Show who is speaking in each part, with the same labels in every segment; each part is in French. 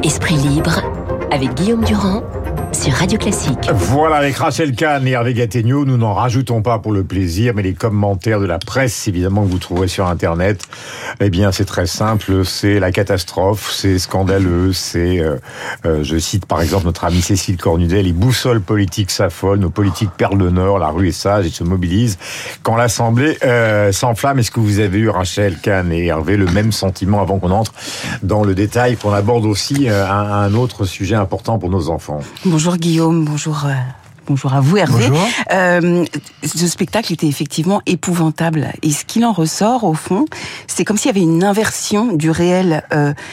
Speaker 1: Esprit libre avec Guillaume Durand sur Radio Classique.
Speaker 2: Voilà, avec Rachel Kahn et Hervé Gattegno, nous n'en rajoutons pas pour le plaisir, mais les commentaires de la presse, évidemment, que vous trouverez sur Internet, eh bien, c'est très simple, c'est la catastrophe, c'est scandaleux, c'est, je cite par exemple notre amie Cécile Cornudet, les boussoles politiques s'affolent, nos politiques perdent le nord, la rue est sage et se mobilise. Quand l'Assemblée s'enflamme, est-ce que vous avez eu, Rachel Kahn et Hervé, le même sentiment avant qu'on entre dans le détail, qu'on aborde aussi un autre sujet important pour nos enfants?
Speaker 3: Bonjour Guillaume, bonjour à vous Hervé.
Speaker 2: Bonjour.
Speaker 3: Ce spectacle était effectivement épouvantable. Et ce qu'il en ressort, au fond, c'est comme s'il y avait une inversion du réel.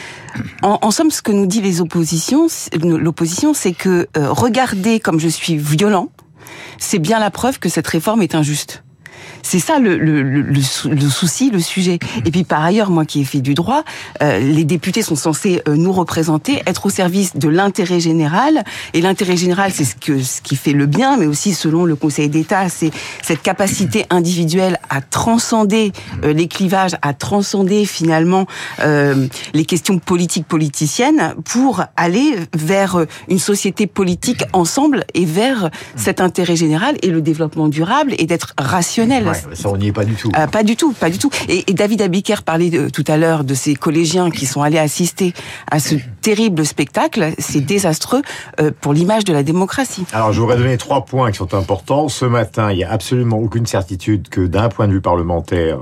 Speaker 3: En somme, ce que nous dit l'opposition, c'est que regardez comme je suis violent, c'est bien la preuve que cette réforme est injuste. C'est ça le souci, le sujet. Et puis par ailleurs, moi qui ai fait du droit, les députés sont censés nous représenter, être au service de l'intérêt général. Et l'intérêt général, c'est ce qui fait le bien, mais aussi selon le Conseil d'État, c'est cette capacité individuelle à transcender les clivages, à transcender finalement les questions politiciennes pour aller vers une société politique ensemble et vers cet intérêt général et le développement durable et d'être rationnel.
Speaker 2: Ouais, ça, on n'y est pas du tout.
Speaker 3: Pas du tout. Et David Abiker parlait tout à l'heure de ces collégiens qui sont allés assister à ce terrible spectacle. C'est désastreux pour l'image de la démocratie.
Speaker 2: Alors, je voudrais donner 3 points qui sont importants. Ce matin, il n'y a absolument aucune certitude que d'un point de vue parlementaire,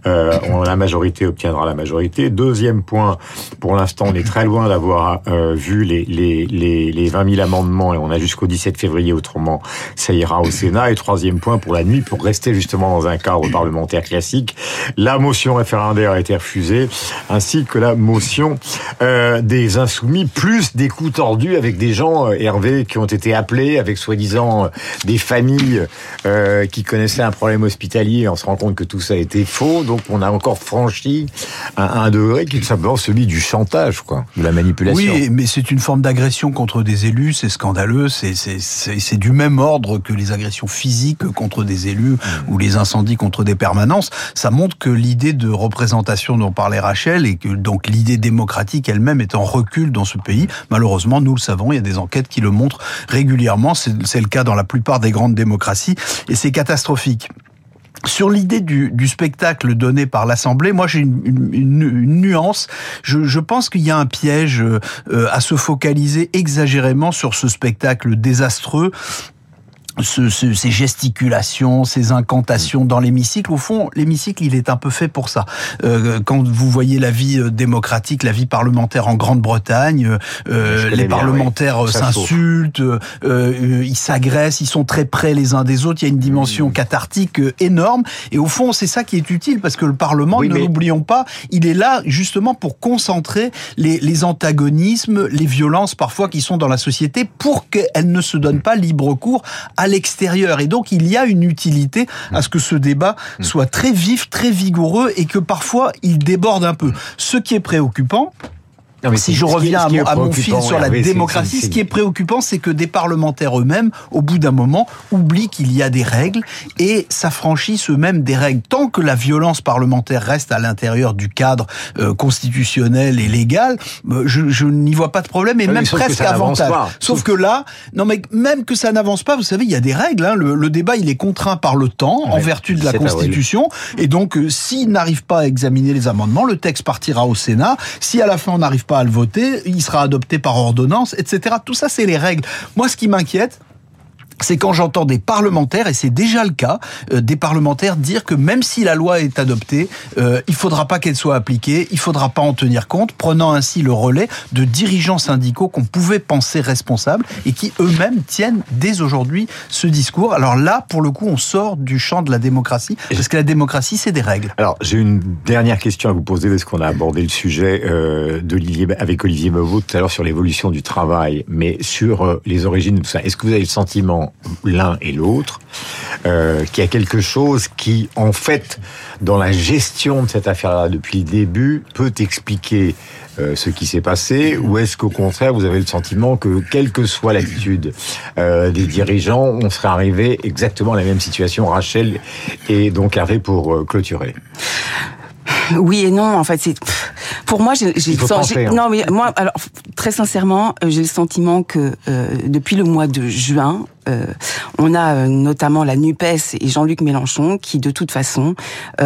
Speaker 2: la majorité obtiendra la majorité. Deuxième point, pour l'instant, on est très loin d'avoir vu les 20 000 amendements et on a jusqu'au 17 février, autrement, ça ira au Sénat. Et troisième point, pour la nuit, pour rester justement dans un cadre parlementaire classique, la motion référendaire a été refusée, ainsi que la motion des insoumis, plus des coups tordus avec des gens, Hervé, qui ont été appelés avec soi-disant des familles qui connaissaient un problème hospitalier. On se rend compte que tout ça a été faux, donc on a encore franchi un degré qui est tout simplement celui du chantage, quoi, de la manipulation.
Speaker 4: Oui, mais c'est une forme d'agression contre des élus, c'est scandaleux, c'est du même ordre que les agressions physiques contre des élus ou les incendies contre des permanences. Ça montre que l'idée de représentation dont parlait Rachel et que donc l'idée démocratique elle-même est en recul dans ce pays. Malheureusement, nous le savons, il y a des enquêtes qui le montrent régulièrement. C'est le cas dans la plupart des grandes démocraties et c'est catastrophique. Sur l'idée du spectacle donné par l'Assemblée, moi j'ai une nuance. Je pense qu'il y a un piège à se focaliser exagérément sur ce spectacle désastreux. Ces gesticulations, ces incantations dans l'hémicycle, au fond, l'hémicycle, il est un peu fait pour ça. Quand vous voyez la vie démocratique, la vie parlementaire en Grande-Bretagne, les parlementaires s'insultent, ils s'agressent, ils sont très près les uns des autres, il y a une dimension cathartique énorme, et au fond, c'est ça qui est utile, parce que le Parlement, ne l'oublions pas, il est là justement pour concentrer les antagonismes, les violences parfois qui sont dans la société, pour qu'elles ne se donnent pas libre cours à l'extérieur. Et donc, il y a une utilité à ce que ce débat soit très vif, très vigoureux et que parfois, il déborde un peu. Ce qui est préoccupant, si je reviens à mon fil sur la démocratie, ce qui est préoccupant, c'est que des parlementaires eux-mêmes, au bout d'un moment, oublient qu'il y a des règles et s'affranchissent eux-mêmes des règles. Tant que la violence parlementaire reste à l'intérieur du cadre constitutionnel et légal, je n'y vois pas de problème et même presque avantage. Sauf que là, non mais même que ça n'avance pas, vous savez, il y a des règles. Hein. Le débat, il est contraint par le temps, en vertu de la Constitution. Et donc, s'il n'arrive pas à examiner les amendements, le texte partira au Sénat. Si à la fin, on n'arrive pas à le voter, il sera adopté par ordonnance, etc. Tout ça, c'est les règles. Moi, ce qui m'inquiète, c'est quand j'entends des parlementaires, et c'est déjà le cas, des parlementaires dire que même si la loi est adoptée, il faudra pas qu'elle soit appliquée, il faudra pas en tenir compte, prenant ainsi le relais de dirigeants syndicaux qu'on pouvait penser responsables et qui eux-mêmes tiennent dès aujourd'hui ce discours. Alors là, pour le coup, on sort du champ de la démocratie, parce que la démocratie, c'est des règles.
Speaker 2: Alors, j'ai une dernière question à vous poser, parce qu'on a abordé le sujet avec Olivier Mauveau tout à l'heure sur l'évolution du travail, mais sur les origines de tout ça. Est-ce que vous avez le sentiment, l'un et l'autre, qu'il y a quelque chose qui, en fait, dans la gestion de cette affaire-là depuis le début, peut expliquer ce qui s'est passé, ou est-ce qu'au contraire, vous avez le sentiment que, quelle que soit l'attitude des dirigeants, on serait arrivé exactement à la même situation, Rachel, et donc Hervé pour clôturer?
Speaker 3: Oui et non, en fait, c'est... Pour moi, non, mais moi, alors, très sincèrement, j'ai le sentiment que depuis le mois de juin, on a notamment la NUPES et Jean-Luc Mélenchon qui, de toute façon,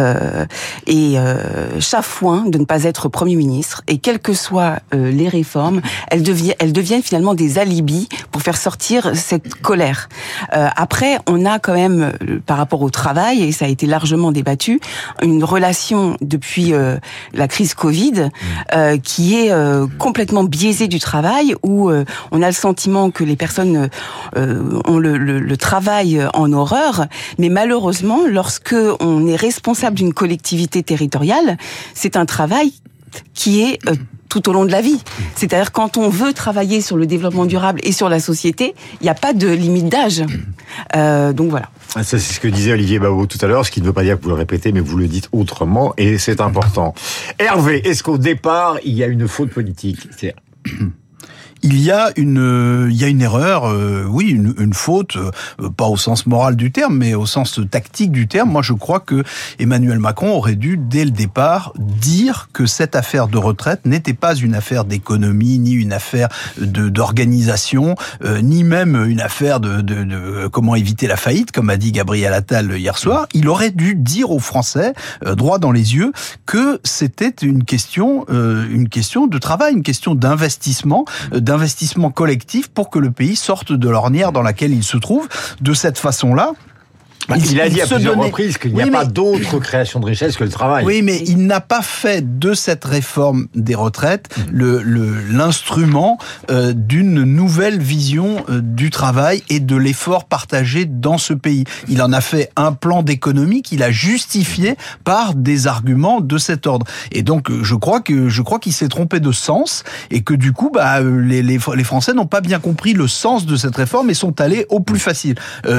Speaker 3: est chafouin de ne pas être Premier ministre. Et quelles que soient les réformes, elles deviennent finalement des alibis pour faire sortir cette colère. Après, on a quand même, par rapport au travail, et ça a été largement débattu, une relation depuis la crise Covid qui est complètement biaisée du travail, où on a le sentiment que les personnes ont le travail en horreur, mais malheureusement, lorsque on est responsable d'une collectivité territoriale, c'est un travail qui est tout au long de la vie. C'est-à-dire quand on veut travailler sur le développement durable et sur la société, il n'y a pas de limite d'âge. Donc voilà.
Speaker 2: Ça, c'est ce que disait Olivier Bauveau tout à l'heure, ce qui ne veut pas dire que vous le répétez, mais vous le dites autrement, et c'est important. Hervé, est-ce qu'au départ, il y a une faute politique ?
Speaker 4: Il y a une erreur, oui, une faute, pas au sens moral du terme, mais au sens tactique du terme. Moi, je crois que Emmanuel Macron aurait dû, dès le départ, dire que cette affaire de retraite n'était pas une affaire d'économie, ni une affaire d'organisation, ni même une affaire de comment éviter la faillite, comme a dit Gabriel Attal hier soir. Il aurait dû dire aux Français, droit dans les yeux, que c'était une question de travail, une question d'investissement collectif pour que le pays sorte de l'ornière dans laquelle il se trouve. De cette façon-là,
Speaker 2: il a dit à plusieurs reprises qu'il n'y a pas d'autre création de richesse que le travail.
Speaker 4: Oui, mais il n'a pas fait de cette réforme des retraites l'instrument d'une nouvelle vision du travail et de l'effort partagé dans ce pays. Il en a fait un plan d'économie qu'il a justifié par des arguments de cet ordre. Et donc, je crois qu'il s'est trompé de sens et que du coup, les Français n'ont pas bien compris le sens de cette réforme et sont allés au plus facile.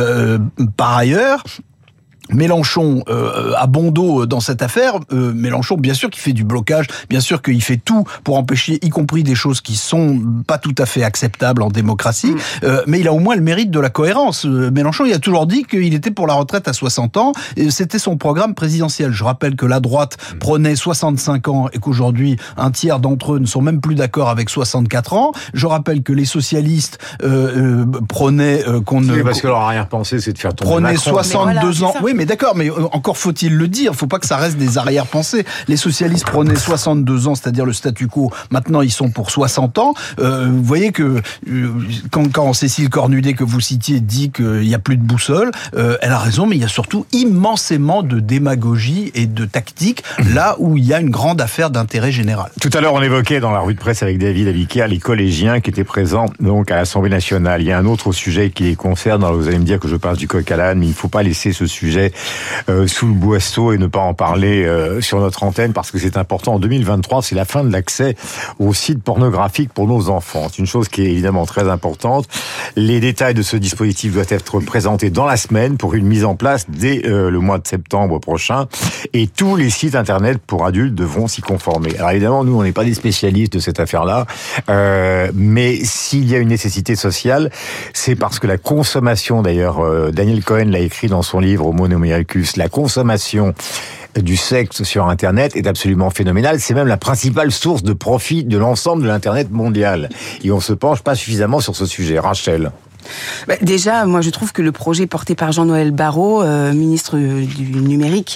Speaker 4: Par ailleurs, Mélenchon a bon dos dans cette affaire. Mélenchon, bien sûr qu'il fait du blocage, bien sûr qu'il fait tout pour empêcher, y compris des choses qui sont pas tout à fait acceptables en démocratie, mais il a au moins le mérite de la cohérence. Mélenchon, il a toujours dit qu'il était pour la retraite à 60 ans, et c'était son programme présidentiel. Je rappelle que la droite prenait 65 ans et qu'aujourd'hui, un tiers d'entre eux ne sont même plus d'accord avec 64 ans. Je rappelle que les socialistes prenaient
Speaker 2: parce que leur arrière-pensée, c'est de faire tomber
Speaker 4: Macron.
Speaker 2: Macron.
Speaker 4: 62 ans. Oui, mais d'accord, mais encore faut-il le dire. Faut pas que ça reste des arrière-pensées. Les socialistes prenaient 62 ans, c'est-à-dire le statu quo. Maintenant, ils sont pour 60 ans. Vous voyez que quand Cécile Cornudet, que vous citiez, dit qu'il n'y a plus de boussole, elle a raison, mais il y a surtout immensément de démagogie et de tactique là où il y a une grande affaire d'intérêt général.
Speaker 2: Tout à l'heure, on évoquait dans la revue de presse avec David Abiker les collégiens qui étaient présents donc à l'Assemblée nationale. Il y a un autre sujet qui les concerne. Alors, vous allez me dire que je passe du coq à l'âne, mais il ne faut pas laisser ce sujet sous le boisseau et ne pas en parler sur notre antenne parce que c'est important. En 2023, c'est la fin de l'accès aux sites pornographiques pour nos enfants. C'est une chose qui est évidemment très importante. Les détails de ce dispositif doivent être présentés dans la semaine pour une mise en place dès le mois de septembre prochain et tous les sites internet pour adultes devront s'y conformer. Alors évidemment, nous, on n'est pas des spécialistes de cette affaire-là, mais s'il y a une nécessité sociale, c'est parce que la consommation, d'ailleurs, Daniel Cohen l'a écrit dans son livre Homo Nomicus, la consommation du sexe sur Internet est absolument phénoménale. C'est même la principale source de profit de l'ensemble de l'Internet mondial. Et on se penche pas suffisamment sur ce sujet. Rachel.
Speaker 3: Déjà, moi, je trouve que le projet porté par Jean-Noël Barrot, ministre du numérique,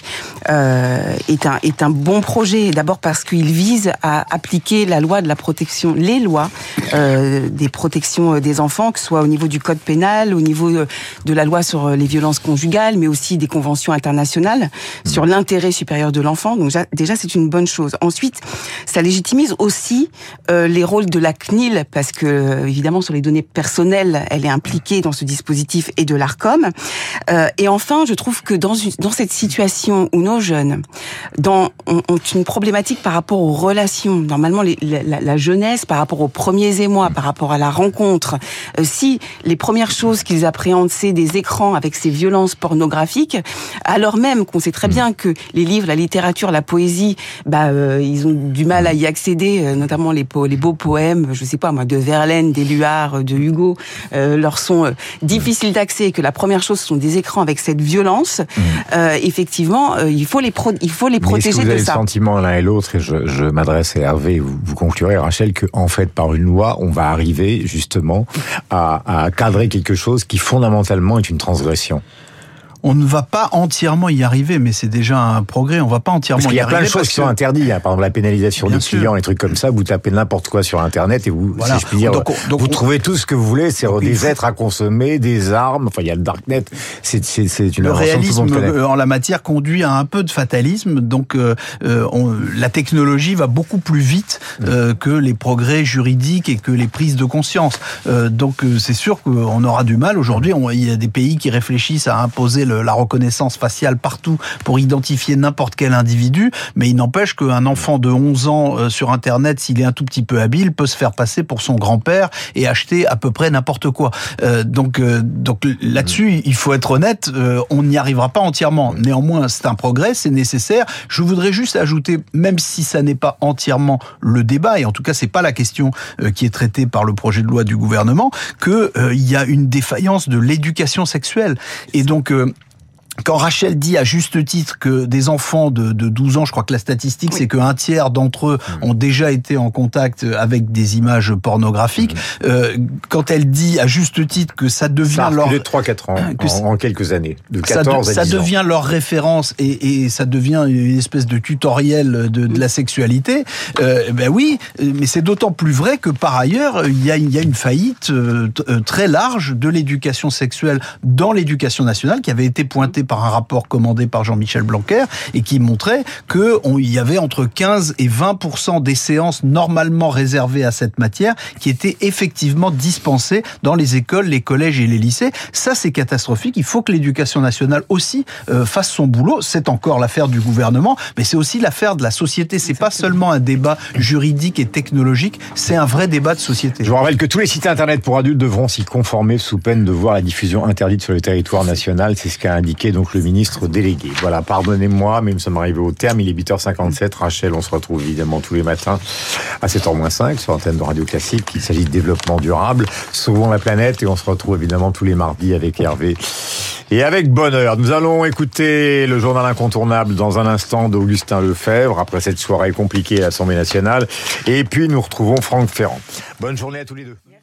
Speaker 3: est un bon projet. D'abord parce qu'il vise à appliquer la loi de la protection, les lois des protections des enfants, que ce soit au niveau du code pénal, au niveau de la loi sur les violences conjugales, mais aussi des conventions internationales sur l'intérêt supérieur de l'enfant. Donc déjà, c'est une bonne chose. Ensuite, ça légitimise aussi les rôles de la CNIL, parce que évidemment, sur les données personnelles, elle est impliqués dans ce dispositif et de l'ARCOM. Et enfin, je trouve que dans cette situation où nos jeunes ont une problématique par rapport aux relations, normalement la jeunesse par rapport aux premiers émois, par rapport à la rencontre, si les premières choses qu'ils appréhendent c'est des écrans avec ces violences pornographiques, alors même qu'on sait très bien que les livres, la littérature, la poésie, ils ont du mal à y accéder, notamment les beaux poèmes, je sais pas moi, de Verlaine, d'Éluard, de Hugo, leur sont difficiles d'accès et que la première chose sont des écrans avec cette violence, effectivement, il faut les protéger de ça.
Speaker 2: Est-ce que vous avez le sentiment l'un et l'autre, et je m'adresse à Hervé, vous conclurez, Rachel, que en fait, par une loi, on va arriver justement à cadrer quelque chose qui fondamentalement est une transgression?
Speaker 4: On ne va pas entièrement y arriver, mais c'est déjà un progrès. On va pas entièrement y arriver.
Speaker 2: Parce qu'il y a plein de choses qui sont interdites. Par exemple, la pénalisation des clients, les trucs comme ça. Vous tapez n'importe quoi sur Internet et vous, si je puis dire, vous trouvez tout ce que vous voulez. C'est des êtres à consommer, des armes. Enfin, il y a le darknet. C'est une
Speaker 4: le réalisme
Speaker 2: en
Speaker 4: la matière conduit à un peu de fatalisme. Donc, la technologie va beaucoup plus vite que les progrès juridiques et que les prises de conscience. Donc, c'est sûr qu'on aura du mal. Aujourd'hui, il y a des pays qui réfléchissent à imposer la reconnaissance faciale partout pour identifier n'importe quel individu, mais il n'empêche qu'un enfant de 11 ans sur Internet, s'il est un tout petit peu habile, peut se faire passer pour son grand-père et acheter à peu près n'importe quoi. Donc là-dessus, il faut être honnête, on n'y arrivera pas entièrement. Néanmoins, c'est un progrès, c'est nécessaire. Je voudrais juste ajouter, même si ça n'est pas entièrement le débat, et en tout cas, c'est pas la question qui est traitée par le projet de loi du gouvernement, que il y a une défaillance de l'éducation sexuelle. Et donc, quand Rachel dit à juste titre que des enfants de 12 ans, je crois que la statistique, c'est qu'un tiers d'entre eux ont déjà été en contact avec des images pornographiques, quand elle dit à juste titre que ça devient leur...
Speaker 2: de 3-4 ans, en quelques années, de 14 à 10 ans.
Speaker 4: Ça devient leur référence et ça devient une espèce de tutoriel de la sexualité, ben oui, mais c'est d'autant plus vrai que par ailleurs, il y a une faillite très large de l'éducation sexuelle dans l'éducation nationale qui avait été pointée par un rapport commandé par Jean-Michel Blanquer et qui montrait qu'il y avait entre 15 et 20% des séances normalement réservées à cette matière qui étaient effectivement dispensées dans les écoles, les collèges et les lycées. Ça, c'est catastrophique. Il faut que l'éducation nationale aussi fasse son boulot. C'est encore l'affaire du gouvernement, mais c'est aussi l'affaire de la société. C'est pas seulement un débat juridique et technologique, c'est un vrai débat de société.
Speaker 2: Je vous rappelle que tous les sites internet pour adultes devront s'y conformer sous peine de voir la diffusion interdite sur le territoire national. C'est ce qu'a indiqué donc le ministre délégué. Voilà, pardonnez-moi, mais nous sommes arrivés au terme. Il est 8h57. Rachel, on se retrouve évidemment tous les matins à 7h-5 sur l'antenne de Radio Classique. Il s'agit de développement durable. Sauvons la planète et on se retrouve évidemment tous les mardis avec Hervé et avec bonheur. Nous allons écouter le journal incontournable dans un instant d'Augustin Lefebvre après cette soirée compliquée à l'Assemblée nationale. Et puis nous retrouvons Franck Ferrand. Bonne journée à tous les deux.